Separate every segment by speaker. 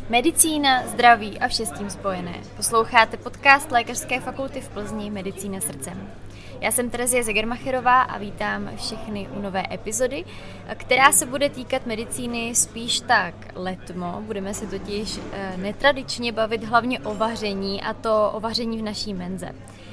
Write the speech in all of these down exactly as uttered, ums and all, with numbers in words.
Speaker 1: Medicína, zdraví a vše s tím spojené. Posloucháte podcast Lékařské fakulty v Plzni Medicína srdcem. Já jsem Terezie Zegermacherová a vítám všechny u nové epizody, která se bude týkat medicíny spíš tak letmo. Budeme se totiž netradičně bavit hlavně o vaření, a to o vaření v naší menze.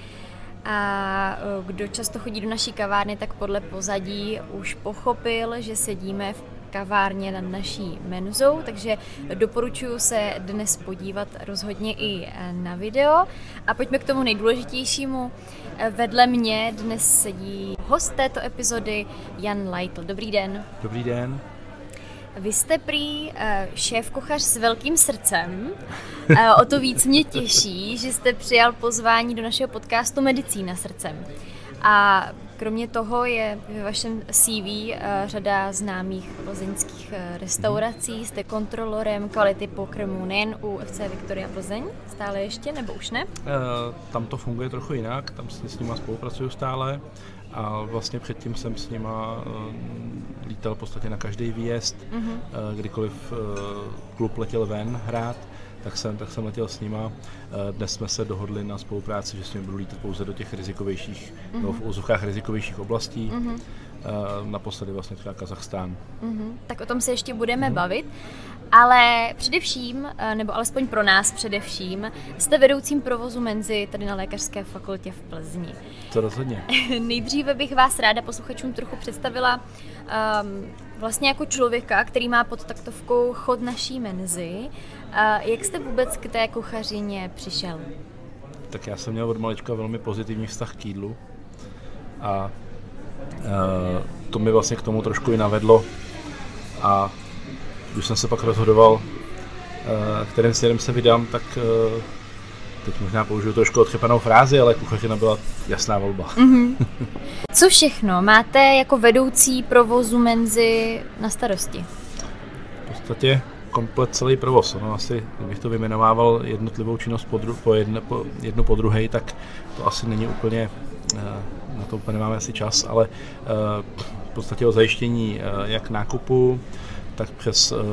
Speaker 1: A kdo často chodí do naší kavárny, tak podle pozadí už pochopil, že sedíme v kavárně nad naší menzou, takže doporučuji se dnes podívat rozhodně i na video. A pojďme k tomu nejdůležitějšímu. Vedle mě dnes sedí host této epizody Jan Leitl. Dobrý den.
Speaker 2: Dobrý den.
Speaker 1: Vy jste prý šéf-kuchař s velkým srdcem. O to víc mě těší, že jste přijal pozvání do našeho podcastu Medicína srdcem. A kromě toho je ve vašem C V řada známých plzeňských restaurací. Jste kontrolorem kvality pokrmů nejen u F C Viktoria Plzeň, stále ještě, nebo už ne?
Speaker 2: Tam to funguje trochu jinak, tam s nima spolupracuju stále. A vlastně předtím jsem s nima lítal v podstatě na každý výjezd, mm-hmm. kdykoliv klub letěl ven hrát, tak jsem, tak jsem letěl s nima. Dnes jsme se dohodli na spolupráci, že s nimi budu lítat pouze do těch rizikovějších, mm-hmm. no, v úzovkách rizikovějších oblastí. Mm-hmm. Naposledy vlastně třeba Kazachstán.
Speaker 1: Mm-hmm. Tak o tom se ještě budeme mm-hmm. bavit. Ale především, nebo alespoň pro nás především, jste vedoucím provozu menzy tady na Lékařské fakultě v Plzni.
Speaker 2: To rozhodně.
Speaker 1: Nejdříve bych vás ráda posluchačům trochu představila um, vlastně jako člověka, který má pod taktovkou chod naší menzy. Uh, jak jste vůbec k té kuchařině přišel?
Speaker 2: Tak já jsem měl od malička velmi pozitivní vztah k jídlu a uh, to mi vlastně k tomu trošku i navedlo. A když jsem se pak rozhodoval, kterým směrem se vydám, tak teď možná použiju trošku odchypanou frázi, ale kuchařina byla jasná volba. Mm-hmm.
Speaker 1: Co všechno máte jako vedoucí provozu menzy na starosti?
Speaker 2: V podstatě komplet celý provoz. No, asi, kdybych to vyjmenovával jednotlivou činnost po, dru- po, jedne, po jednu po druhej, tak to asi není úplně, na to úplně nemáme asi čas, ale v podstatě o zajištění jak nákupu, tak přes uh,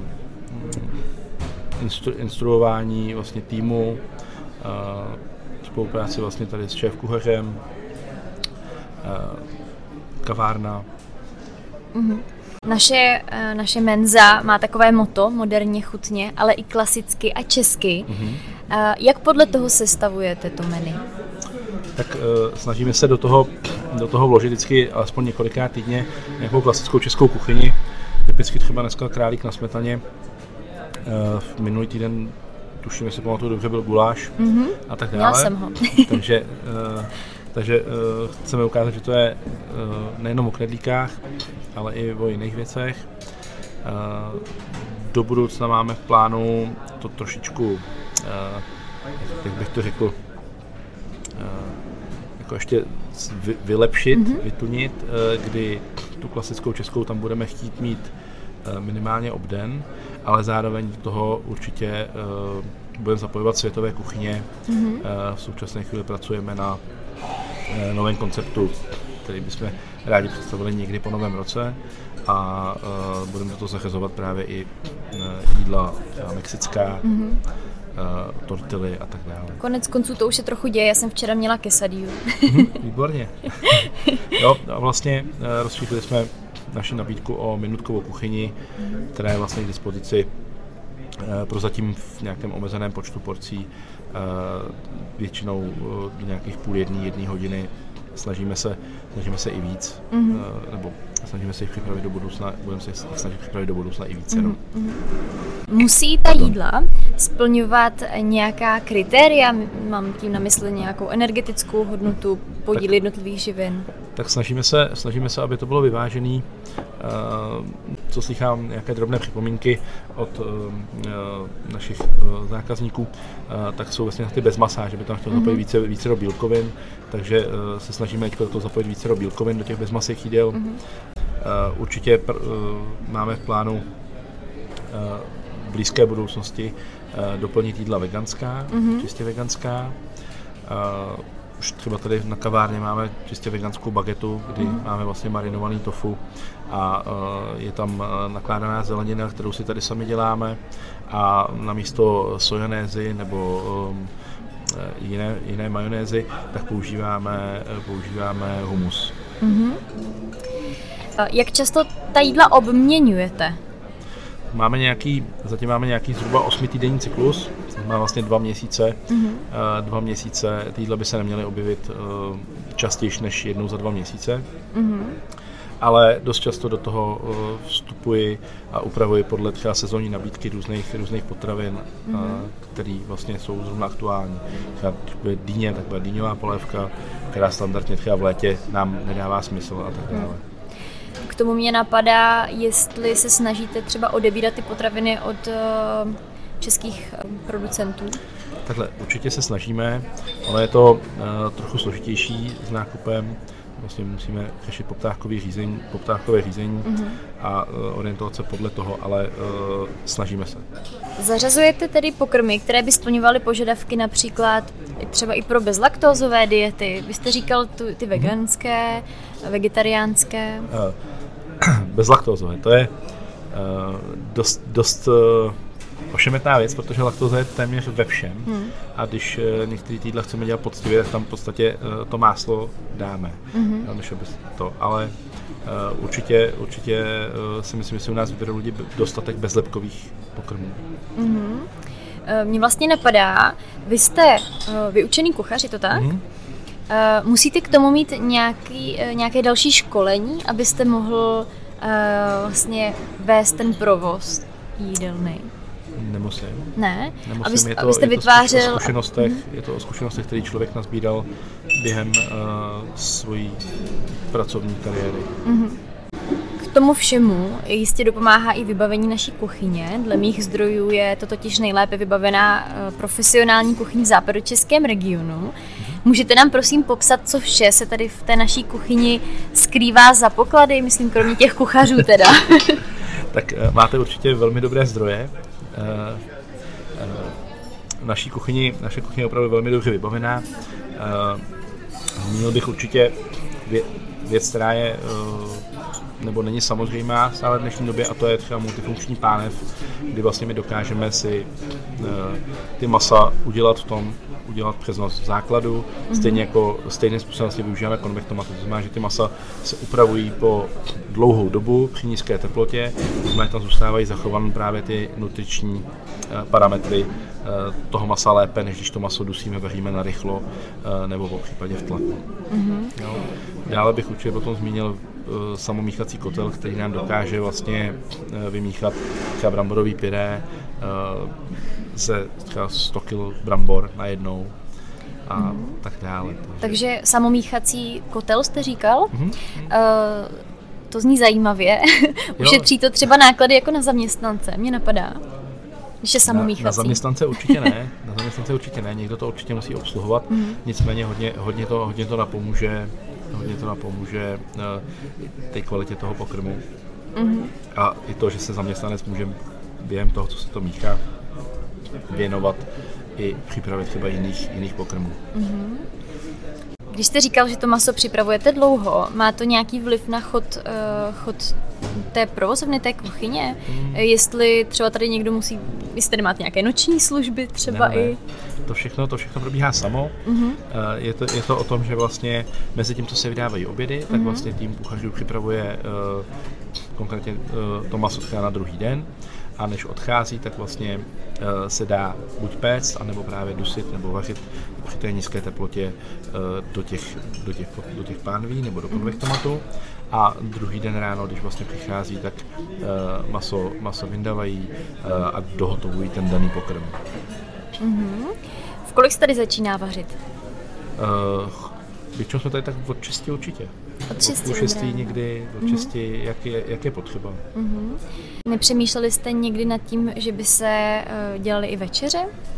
Speaker 2: instru, instruování vlastně týmu, uh, spolupráci vlastně tady s šéf-kuchařem, uh, kavárna.
Speaker 1: Mm-hmm. Naše, uh, naše menza má takové motto, moderně, chutně, ale i klasicky a česky. Mm-hmm. Uh, jak podle toho sestavujete to menu?
Speaker 2: Tak uh, snažíme se do toho, do toho vložit vždycky alespoň několikrát týdně nějakou klasickou českou kuchyni. Typicky třeba dneska králík na smetaně. V minulý týden, tuším, jestli pamatuju dobře, byl guláš mm-hmm. a tak dále.
Speaker 1: Měla jsem ho.
Speaker 2: takže takže chceme ukázat, že to je nejenom o knedlíkách, ale i o jiných věcech. Do budoucna máme v plánu to trošičku, jak bych to řekl, jako ještě vylepšit, mm-hmm. vytunit, kdy tu klasickou českou tam budeme chtít mít minimálně obden, ale zároveň do toho určitě budeme zapojovat světové kuchyně. Mm-hmm. V současné chvíli pracujeme na novém konceptu, který bychom rádi představili někdy po novém roce, a budeme do toho zařazovat právě i jídla mexická, mm-hmm. Uh, tortily a tak dále.
Speaker 1: Konec konců to už se trochu děje, já jsem včera měla quesadillu.
Speaker 2: Mm, výborně. Jo, a vlastně uh, rozšířili jsme naši nabídku o minutkovou kuchyni, mm. která je vlastně k dispozici uh, prozatím v nějakém omezeném počtu porcí, uh, většinou uh, do nějakých půl jedné, jedné hodiny. Snažíme se, snažíme se i víc, mm-hmm. uh, nebo snažíme se jich připravit do budoucna, budeme se snažit připravit do budoucna i více. Mm-hmm. No.
Speaker 1: Musí ta jídla splňovat nějaká kritéria, mám tím na mysli nějakou energetickou hodnotu, podíl jednotlivých živin?
Speaker 2: Tak snažíme se, snažíme se, aby to bylo vyvážený. Co slychám nějaké drobné připomínky od našich zákazníků, tak jsou vlastně ty bez masa, že by tam chtěl zapojit více, více do bílkovin, takže se snažíme do toho zapojit více do bílkovin, do těch bezmasých jídel. Mm-hmm. Určitě pr- máme v plánu v blízké budoucnosti doplnit jídla veganská, mm-hmm. čistě veganská. už třeba tady na kavárně máme čistě veganskou bagetu, kdy mm. máme vlastně marinovaný tofu a je tam nakládaná zelenina, kterou si tady sami děláme a namísto sojanézy nebo jiné, jiné majonézy, tak používáme, používáme humus. Mm-hmm.
Speaker 1: Jak často ta jídla obměňujete?
Speaker 2: Máme nějaký, zatím máme nějaký zhruba osmitýdenní cyklus, má vlastně dva měsíce. Mm-hmm. Dva měsíce, ty jídla by se neměly objevit častěji než jednou za dva měsíce. Mm-hmm. Ale dost často do toho vstupuji a upravuji podle třeba sezónní nabídky různých, různých potravin, mm-hmm. které vlastně jsou zrovna aktuální. Třeba bude dýně, tak bude dýňová polévka, která standardně třeba v létě nám nedává smysl a tak dále. Mm.
Speaker 1: K tomu mě napadá, jestli se snažíte třeba odebírat ty potraviny od uh, českých uh, producentů.
Speaker 2: Takhle, určitě se snažíme, ale je to uh, trochu složitější s nákupem. Vlastně musíme řešit poptávkové řízení, poptávkové řízení mm-hmm. a uh, orientovat se podle toho, ale uh, snažíme se.
Speaker 1: Zařazujete tedy pokrmy, které by splňovaly požadavky například třeba i pro bezlaktózové diety? Vy jste říkal tu, ty veganské, mm-hmm. vegetariánské. Uh,
Speaker 2: bezlaktózové, to je uh, dost, dost uh, ošemetná věc, protože laktóza je téměř ve všem hmm. a když uh, některé jídla chceme dělat poctivě, tak tam v podstatě uh, to máslo dáme, hmm. než aby to, ale uh, určitě, určitě uh, si myslím, že si u nás vyberou lidi dostatek bezlepkových pokrmů.
Speaker 1: Hmm. Mně vlastně napadá, vy jste uh, vyučený kuchař, je to tak? Hmm. Uh, musíte k tomu mít nějaký, uh, nějaké další školení, abyste mohl uh, vlastně vést ten provoz jídelny?
Speaker 2: Nemusím.
Speaker 1: Ne?
Speaker 2: Nemusím.
Speaker 1: Abyste,
Speaker 2: je to,
Speaker 1: abyste
Speaker 2: je to
Speaker 1: vytvářel...
Speaker 2: o zkušenostech, mm-hmm. Je to o zkušenostech, které člověk nazbíral během uh, svojí pracovní kariéry. Mm-hmm.
Speaker 1: K tomu všemu jistě dopomáhá i vybavení naší kuchyně. Dle mých zdrojů je to totiž nejlépe vybavená uh, profesionální kuchyň v západočeském regionu. Můžete nám prosím popsat, co vše se tady v té naší kuchyni skrývá za poklady, myslím kromě těch kuchařů teda.
Speaker 2: Tak máte určitě velmi dobré zdroje. Naší kuchyni, naše kuchyně je opravdu velmi dobře vybavená. Zmínil bych určitě věc, která je nebo není samozřejmá stále v dnešní době, a to je třeba multifunkční pánev, kdy vlastně my dokážeme si ty masa udělat v tom, udělat přes noc v základu, mm-hmm. stejně jako stejným způsobem vlastně využíváme konvektomaty. To znamená, že ty masa se upravují po dlouhou dobu při nízké teplotě, to znamená, že tam zůstávají zachované právě ty nutriční eh, parametry eh, toho masa lépe, než když to maso dusíme, vaříme na rychlo eh, nebo v případě v tlaku. Mm-hmm. Jo. Dále bych určitě potom zmínil eh, samomíchací kotel, který nám dokáže vlastně eh, vymíchat třeba bramborový pyré, eh, ze třeba sto kil brambor najednou a mm. tak dále. Takže,
Speaker 1: takže samomíchací kotel jste říkal? Mm-hmm. Uh, to zní zajímavě. Ušetří to třeba náklady jako na zaměstnance, mě napadá. Když je samomíchací.
Speaker 2: Na, na zaměstnance určitě ne, na zaměstnance určitě ne, někdo to určitě musí obsluhovat, mm. nicméně hodně, hodně, to, hodně to napomůže, hodně to napomůže uh, té kvalitě toho pokrmu. Mm. A i to, že se zaměstnanec může během toho, co se to míchá, věnovat i přípravě třeba jiných, jiných pokrmů. Mm-hmm.
Speaker 1: Když jste říkal, že to maso připravujete dlouho, má to nějaký vliv na chod, uh, chod té provozovny, té kuchyně? Mm. Jestli třeba tady někdo musí, jestli tady máte nějaké noční služby třeba ne, ne. i?
Speaker 2: To všechno, to všechno probíhá samo. Mm-hmm. Uh, je, to, je to o tom, že vlastně mezi tím, co se vydávají obědy, mm-hmm. tak vlastně tým kuchařů připravuje uh, konkrétně uh, to maso třeba na druhý den. A než odchází, tak vlastně uh, se dá buď péct, anebo právě dusit nebo vařit při té nízké teplotě uh, do, těch, do, těch, do těch pánví nebo do konvektomatu. A druhý den ráno, když vlastně přichází, tak uh, maso, maso vyndávají uh, a dohotovují ten daný pokrm.
Speaker 1: Mm-hmm. V kolik se tady začíná vařit?
Speaker 2: Uh, Většinou jsme tady tak od šesti určitě.
Speaker 1: Od šesti,
Speaker 2: od šesti někdy, od šesti, mm-hmm. jak, je, jak je potřeba.
Speaker 1: Mm-hmm. Nepřemýšleli jste někdy nad tím, že by se uh, dělaly i večeře?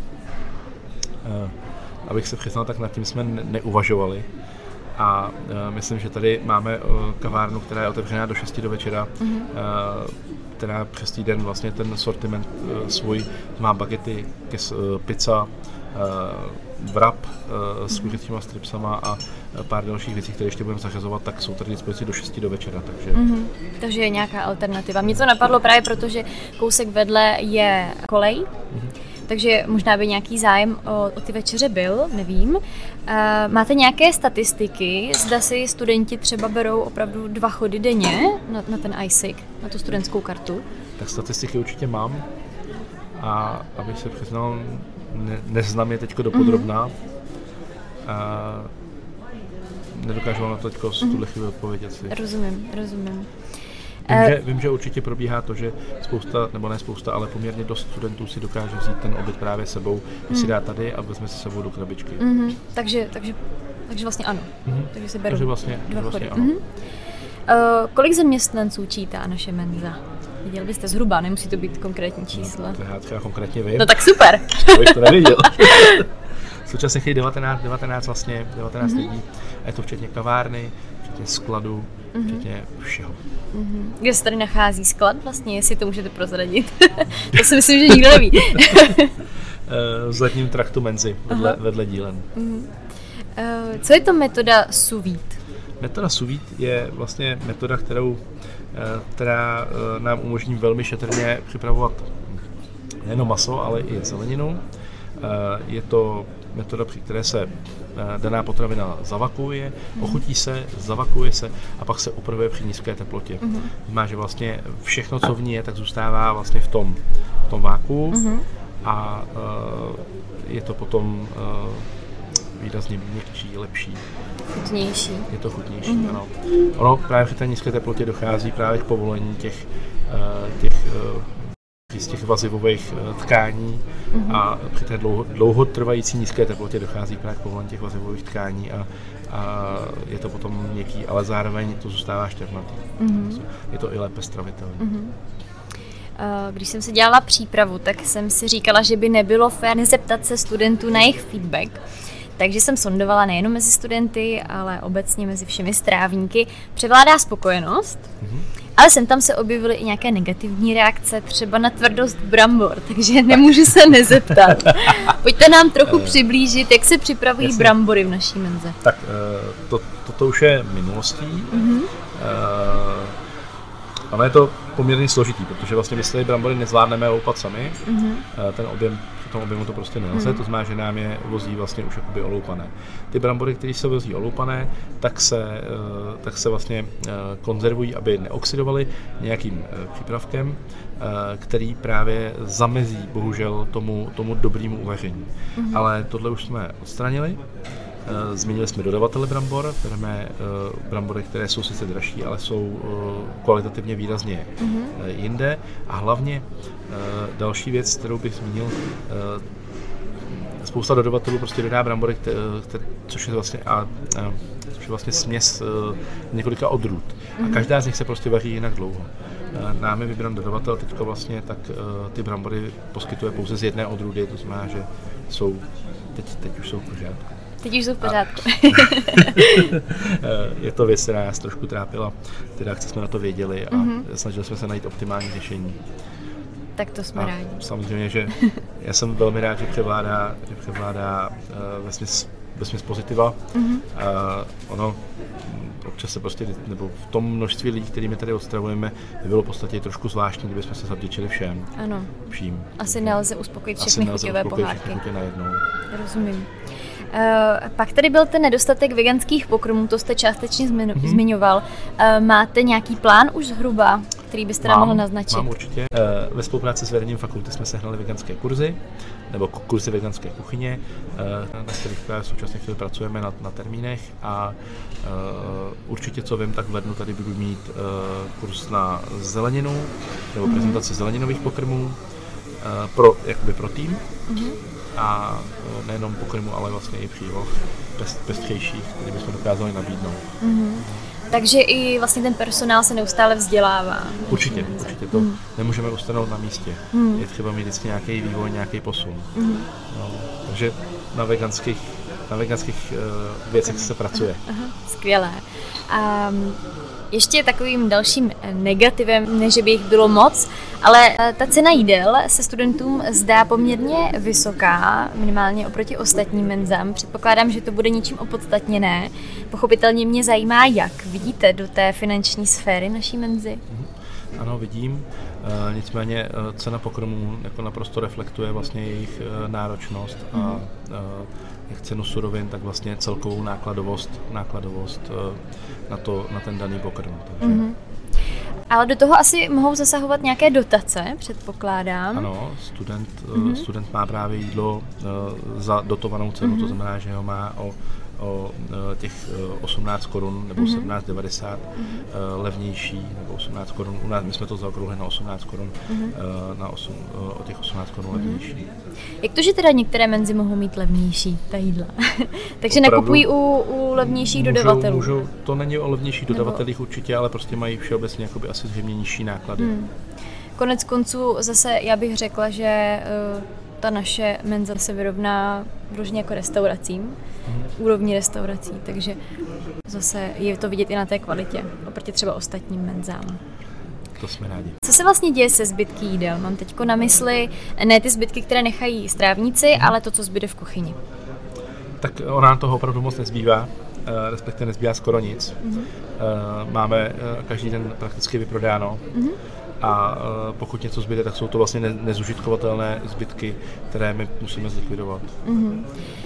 Speaker 2: Uh, abych se přiznal, tak nad tím jsme ne- neuvažovali. A uh, myslím, že tady máme uh, kavárnu, která je otevřená do šesti do večera, mm-hmm. uh, která přes týden vlastně ten sortiment uh, svůj má bagety, kes, uh, pizza, vrab s kuřecíma stripsama a pár dalších věcí, které ještě budeme zařazovat, tak jsou tady k dispozici do šesti do večera. Takže...
Speaker 1: Mm-hmm. takže je nějaká alternativa. Mě to napadlo právě proto, že kousek vedle je kolej, mm-hmm. takže možná by nějaký zájem o, o ty večeře byl, nevím. Uh, máte nějaké statistiky, zda si studenti třeba berou opravdu dva chody denně na, na ten I S I C, na tu studentskou kartu?
Speaker 2: Tak statistiky určitě mám a abych se přiznal, ne, neznám je teďko dopodrobná. Mm-hmm. Nedokážu vám na to teďko mm-hmm. tuhle chvíli odpovědět si.
Speaker 1: Rozumím, rozumím.
Speaker 2: Vím, že, vím, že určitě probíhá to, že spousta, nebo ne spousta, ale poměrně dost studentů si dokáže vzít ten oběd právě sebou, mm. si dá tady a vezme si sebou do krabičky.
Speaker 1: Mm-hmm. Takže, takže, takže vlastně ano. Mm-hmm. Takže si beru
Speaker 2: takže vlastně,
Speaker 1: dva
Speaker 2: vlastně
Speaker 1: chody.
Speaker 2: Ano.
Speaker 1: Mm-hmm. Uh, kolik zaměstnanců čítá naše menza? Viděl byste zhruba, nemusí to být konkrétní číslo.
Speaker 2: No, to já třeba konkrétně vím.
Speaker 1: No tak super.
Speaker 2: To bych to nevěděl. Současně chybí devatenáct, devatenáct vlastně, devatenáct mm-hmm. lidí. A je to včetně kavárny, včetně skladu, mm-hmm. včetně všeho.
Speaker 1: Mm-hmm. Kde se tady nachází sklad vlastně, jestli to můžete prozradit? To si myslím, že nikdo neví.
Speaker 2: V zadním traktu menzy, vedle, vedle dílen.
Speaker 1: Mm-hmm. Uh, co je to metoda sous vide?
Speaker 2: Metoda sous vide je vlastně metoda, kterou, která nám umožní velmi šetrně připravovat nejen maso, ale i zeleninu. Je to metoda, při které se daná potravina zavakuuje, ochutí se, zavakuje se a pak se upravuje při nízké teplotě. Mm-hmm. Má, že vlastně všechno, co v ní je, tak zůstává vlastně v tom, v tom váku mm-hmm. a je to potom výrazně měkčí, lepší.
Speaker 1: Chutnější.
Speaker 2: Je to chutnější, mm-hmm. ano. Ono právě při té nízké teplotě dochází právě k povolení těch, těch z těch vazivových tkání mm-hmm. a při té dlouho, dlouhotrvající nízké teplotě dochází právě k povolení těch vazivových tkání a, a je to potom měkký, ale zároveň to zůstává šťavnatý. Mm-hmm. Je to i lépe stravitelné. Mm-hmm.
Speaker 1: Když jsem si dělala přípravu, tak jsem si říkala, že by nebylo fér nezeptat se studentů na jejich feedback. Takže jsem sondovala nejen mezi studenty, ale obecně mezi všemi strávníky. Převládá spokojenost, mm-hmm. ale sem tam se objevily i nějaké negativní reakce, třeba na tvrdost brambor, takže nemůžu se nezeptat. Pojďte nám trochu přiblížit, jak se připravují Jasně. brambory v naší menze.
Speaker 2: Tak to, toto už je minulostí. Mm-hmm. Ono je to poměrně složitý, protože vlastně my si brambory nezvládneme loupat sami. Mm-hmm. Ten objem, v tom objemu to prostě nelze, mm-hmm. to znamená, že nám je vozí vlastně už jakoby oloupané. Ty brambory, které se vozí oloupané, tak se, tak se vlastně konzervují, aby neoxidovaly nějakým přípravkem, který právě zamezí bohužel tomu, tomu dobrému uvaření. Mm-hmm. Ale tohle už jsme odstranili. Změnili jsme dodavatele brambor, bereme brambory, které jsou sice dražší, ale jsou kvalitativně výrazně mm-hmm. jinde. A hlavně další věc, kterou bych zmínil, spousta dodavatelů prostě dodá brambory, které, což je vlastně, a, což je vlastně směs několika odrůd. Mm-hmm. A každá z nich se prostě vaří jinak dlouho. Nám je vybran dodavatel teďka vlastně, tak ty brambory poskytuje pouze z jedné odrůdy, to znamená, že jsou, teď, teď už jsou v pořádku.
Speaker 1: Teď už jsou v pořádku.
Speaker 2: Je to věc, která nás trošku trápila, teda jak jsme na to věděli a mm-hmm. snažili jsme se najít optimální řešení.
Speaker 1: Tak to jsme
Speaker 2: a
Speaker 1: rádi.
Speaker 2: Samozřejmě, že já jsem velmi rád, že převládá, že převládá uh, vesměs, vesměs pozitiva. Mm-hmm. Uh, ono občas se prostě, nebo v tom množství lidí, kterými tady odstravujeme, by bylo v podstatě trošku zvláštní, kdybychom se zavděčili všem.
Speaker 1: Ano.
Speaker 2: Vším.
Speaker 1: Asi nelze uspokojit všechny chuťové pohádky.
Speaker 2: Chutě najednou.
Speaker 1: Rozumím. Uh, pak tady byl ten nedostatek veganských pokrmů, to jste částečně zmi- mm-hmm. zmiňoval. Uh, máte nějaký plán už zhruba, který byste nám mohl naznačit?
Speaker 2: Mám určitě. Uh, ve spolupráci s vedením fakulty jsme sehnali veganské kurzy, nebo kurzy veganské kuchyně, uh, na kterých právě současně chvíli pracujeme na, na termínech a uh, určitě, co vím, tak v lednu tady budu mít uh, kurz na zeleninu, nebo mm-hmm. prezentaci zeleninových pokrmů uh, pro, jakoby pro tým. Mm-hmm. A nejenom pokrmu, ale vlastně i příloh pestřejších, který bychom dokázali nabídnout. Mm-hmm.
Speaker 1: Takže i vlastně ten personál se neustále vzdělává.
Speaker 2: Určitě, určitě to mm. nemůžeme ustanout na místě. Mm. Je třeba mít vždycky nějaký vývoj, nějaký posun. Mm. No, takže na veganských, na veganských uh, věcech se pracuje.
Speaker 1: Aha, skvělé. Um, Ještě takovým dalším negativem, ne že by jich bylo moc, ale ta cena jídel se studentům zdá poměrně vysoká, minimálně oproti ostatním menzám. Předpokládám, že to bude něčím opodstatněné. Pochopitelně mě zajímá, jak vidíte do té finanční sféry naší menzy.
Speaker 2: Ano, vidím. E, nicméně cena pokrmů jako naprosto reflektuje vlastně jejich náročnost a mm. e, jak cenu surovin, tak vlastně celkovou nákladovost, nákladovost e, na, to, na ten daný pokrm. Takže... Mm.
Speaker 1: Ale do toho asi mohou zasahovat nějaké dotace, předpokládám.
Speaker 2: Ano, student, mm. student má právě jídlo e, za dotovanou cenu, mm. to znamená, že ho má o o těch osmnáct korun nebo mm-hmm. sedmnáct devadesát mm-hmm. levnější, nebo osmnáct korun, u nás my jsme to zaokrouhlili na osmnáct korun, mm-hmm. na osm, o těch osmnáct korun mm-hmm. levnější.
Speaker 1: Jak to, že teda některé menzy mohou mít levnější ta jídla? Takže opravdu nakupují u, u levnějších můžou, dodavatelů? Můžou,
Speaker 2: to není o levnějších nebo... dodavatelích určitě, ale prostě mají všeobecně jakoby asi zřejmě nižší náklady. Mm.
Speaker 1: Konec konců zase já bych řekla, že uh, ta naše menza se vyrovná vložně jako restauracím, mm. úrovní restaurací, takže zase je to vidět i na té kvalitě, oproti třeba ostatním menzám.
Speaker 2: To jsme rádi.
Speaker 1: Co se vlastně děje se zbytky jídel? Mám teďko na mysli ne ty zbytky, které nechají strávníci, mm. ale to, co zbyde v kuchyni.
Speaker 2: Tak ona toho opravdu moc nezbývá, respektive nezbývá skoro nic. Mm. Máme každý den prakticky vyprodáno. Mm. A pokud něco zbyde, tak jsou to vlastně nezužitkovatelné zbytky, které my musíme zlikvidovat. Mm-hmm.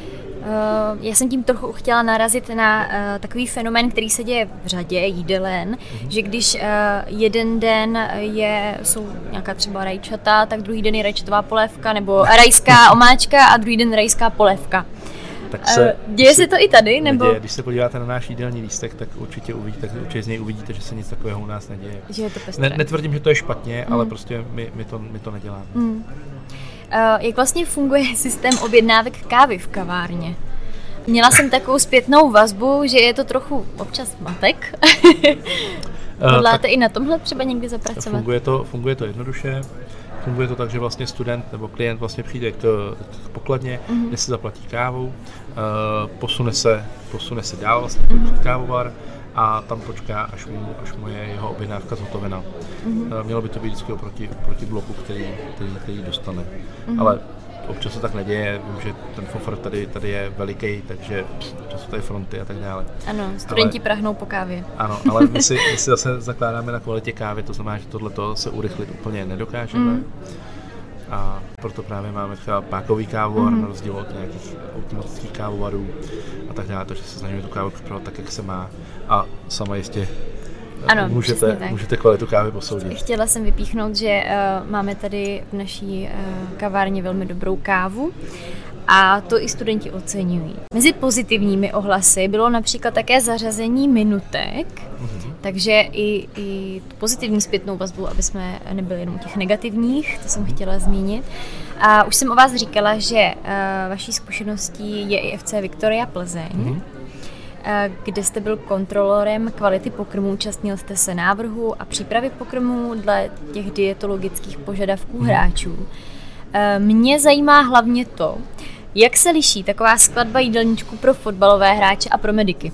Speaker 1: Uh, já jsem tím trochu chtěla narazit na uh, takový fenomén, který se děje v řadě jídelen, mm-hmm. že když uh, jeden den je, jsou nějaká třeba rajčata, tak druhý den je rajčatová polévka, nebo rajská omáčka a druhý den rajská polévka.
Speaker 2: Tak se,
Speaker 1: uh, děje se to i tady? Nebo?
Speaker 2: Neděje. Když se podíváte na náš jídelní lístek, tak určitě uvidíte, tak určitě z něj uvidíte, že se nic takového u nás neděje.
Speaker 1: Že je to pestré.
Speaker 2: Ne, netvrdím, že to je špatně, mm. ale prostě my, my, to, my to neděláme. Mm.
Speaker 1: Uh, jak vlastně funguje systém objednávek kávy v kavárně? Měla jsem takovou zpětnou vazbu, že je to trochu občas matek. Hodláte uh, i na tomhle třeba někdy zapracovat?
Speaker 2: Funguje to, funguje to jednoduše. Funguje to tak, že vlastně student nebo klient vlastně přijde k, k pokladně, mm-hmm. kde si zaplatí kávu, uh, posune se, posune se dál vlastně mm-hmm. kávovar a tam počká, až mu, až mu je jeho objednávka zhotovena. Mm-hmm. Uh, mělo by to být vždycky oproti, oproti bloku, který, který, který dostane. Mm-hmm. Ale občas se tak neděje, vím, že ten fofr tady, tady je veliký, takže občas jsou tady fronty a tak dále.
Speaker 1: Ano, studenti ale, prahnou po kávě.
Speaker 2: Ano, ale my si, my si zase zakládáme na kvalitě kávy, to znamená, že tohleto se urychlit úplně nedokážeme. Mm. A proto právě máme třeba pákový kávovar, mm. na rozdíl od nějakých automatických kávovarů a tak dále, takže se snažíme tu kávu připravovat tak, jak se má a sama jistě
Speaker 1: ano,
Speaker 2: můžete, můžete kvalitu kávy posoudit.
Speaker 1: Chtěla jsem vypíchnout, že uh, máme tady v naší uh, kavárně velmi dobrou kávu a to i studenti oceňují. Mezi pozitivními ohlasy bylo například také zařazení minutek, mm-hmm. takže i, i pozitivní zpětnou vazbu, aby jsme nebyli jenom těch negativních, to jsem chtěla zmínit. A už jsem o vás říkala, že uh, vaší zkušeností je i F C Viktoria Plzeň, mm-hmm. kde jste byl kontrolorem kvality pokrmů, účastnil jste se návrhu a přípravy pokrmů dle těch dietologických požadavků hmm. hráčů. Mě zajímá hlavně to, jak se liší taková skladba jídelníčku pro fotbalové hráče a pro mediky.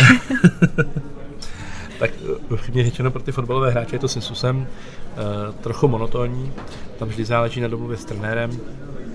Speaker 2: Tak upřímně řečeno, pro ty fotbalové hráče je to svým způsobem uh, trochu monotónní, tam vždy záleží na domluvě s trenérem, uh,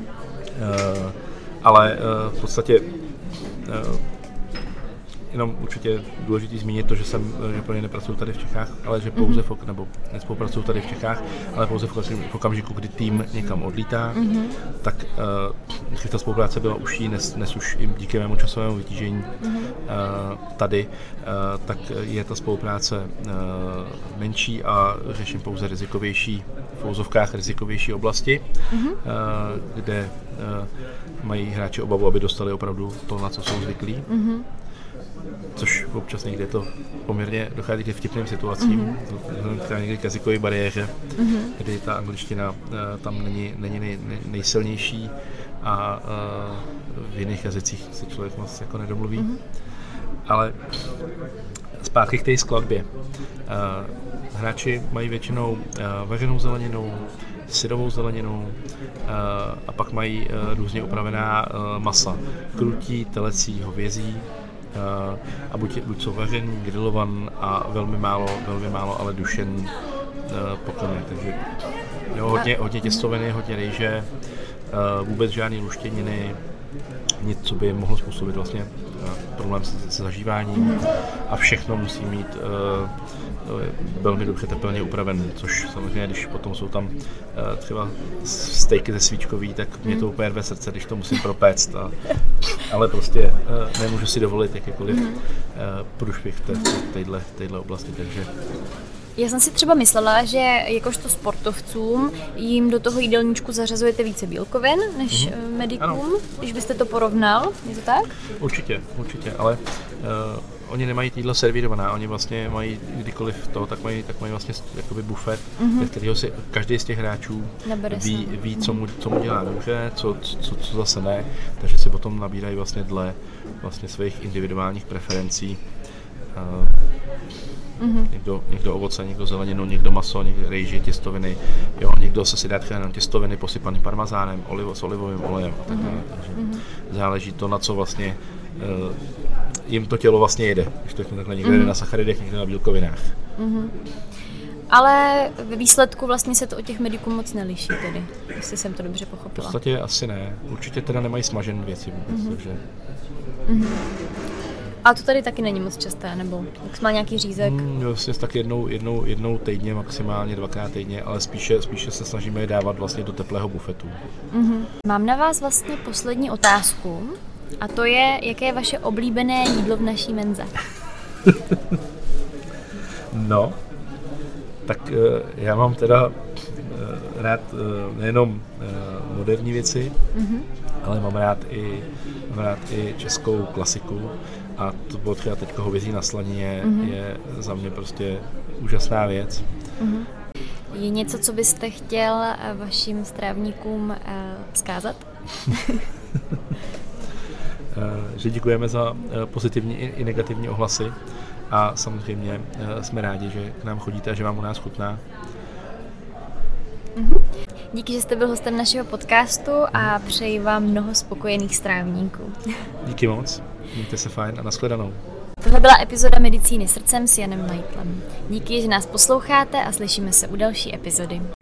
Speaker 2: ale uh, v podstatě uh, jenom určitě důležitý zmínit to, že jsem že pro ně nepracuju tady v Čechách, ale že pouze mm-hmm. v, nebo nespolupracuju tady v Čechách, ale pouze v okamžiku, kdy tým někam odlítá, mm-hmm. tak uh, ta spolupráce byla užší, dnes, dnes už i díky mému časovému vytížení mm-hmm. uh, tady, uh, tak je ta spolupráce uh, menší a řeším pouze rizikovější, v úzovkách rizikovější oblasti, mm-hmm. uh, kde uh, mají hráči obavu, aby dostali opravdu to, na co jsou zvyklí. Mm-hmm. Což občas někdy to poměrně dochází k vtipným situacím, mm-hmm. třeba někdy k jazykové bariéře, mm-hmm. kdy ta angličtina uh, tam není, není nej, nej, nejsilnější a uh, v jiných jazycích se člověk moc jako nedomluví. Mm-hmm. Ale zpátky k té skladbě. Uh, hráči mají většinou uh, vařenou zeleninu, syrovou zeleninu uh, a pak mají uh, různě upravená uh, masa. Krutí, telecí, hovězí a buď, buď jsou vařený, grilovan a velmi málo, velmi málo ale dušen pokrmy. Takže jo, hodně, hodně těstoviny, hodně rejže, vůbec žádný luštěniny, nic, co by mohlo způsobit vlastně problém se, se zažíváním a všechno musí mít uh, velmi dobře tepelně upravený, což samozřejmě, když potom jsou tam uh, třeba stejky ze svíčkový, tak mě to úplně rve srdce, když to musím propéct, a, ale prostě uh, nemůžu si dovolit jakýkoliv uh, průšvih v této oblasti, takže
Speaker 1: já jsem si třeba myslela, že jakožto sportovcům jim do toho jídelníčku zařazujete více bílkovin než mm-hmm. medikům, ano. Když byste to porovnal, je to tak?
Speaker 2: Určitě, určitě, ale uh, oni nemají jídlo servírovaná, oni vlastně mají kdykoliv to, tak mají, tak mají vlastně jakoby bufet, mm-hmm. kterýho si každý z těch hráčů ví, ví co, mu, co mu dělá dobře, co, co, co zase ne, takže si potom nabírají vlastně dle vlastně svých individuálních preferencí. Uh, Mm-hmm. Někdo, někdo ovoce, někdo zeleninu, někdo maso, někdo rejži, těstoviny, jo, někdo se si dá třeba jenom těstoviny posypaný parmazánem, olivo, s olivovým olejem a tak dále. Mm-hmm. Takže mm-hmm. záleží to, na co vlastně uh, jim to tělo vlastně jede. Když to takhle někdo mm-hmm. jede na sacharidech, někdo na bílkovinách. Mm-hmm.
Speaker 1: Ale ve výsledku vlastně se to od těch mediků moc neliší tedy, jestli jsem to dobře pochopila.
Speaker 2: V podstatě asi ne. Určitě teda nemají smažené věci vůbec, mm-hmm. takže...
Speaker 1: Mm-hmm. A to tady taky není moc časté, nebo má nějaký řízek?
Speaker 2: Hmm, vlastně tak jednou, jednou, jednou týdně, maximálně dvakrát týdně, ale spíše, spíše se snažíme je dávat vlastně do teplého bufetu.
Speaker 1: Mm-hmm. Mám na vás vlastně poslední otázku, a to je, jaké je vaše oblíbené jídlo v naší menze?
Speaker 2: No, tak já mám teda rád nejenom moderní věci, mm-hmm. ale mám rád i, mám rád i českou klasiku. A to bylo třeba teď hovězí na slanině, mm-hmm. je za mě prostě úžasná věc.
Speaker 1: Mm-hmm. Je něco, co byste chtěl vašim strávníkům uh, vzkázat?
Speaker 2: Že děkujeme za pozitivní i negativní ohlasy a samozřejmě jsme rádi, že k nám chodíte a že vám u nás chutná.
Speaker 1: Mm-hmm. Díky, že jste byl hostem našeho podcastu a přeji vám mnoho spokojených strávníků.
Speaker 2: Díky moc, mějte se fajn a nashledanou.
Speaker 1: Tohle byla epizoda Medicíny srdcem s Janem Neutlem. Díky, že nás posloucháte a slyšíme se u další epizody.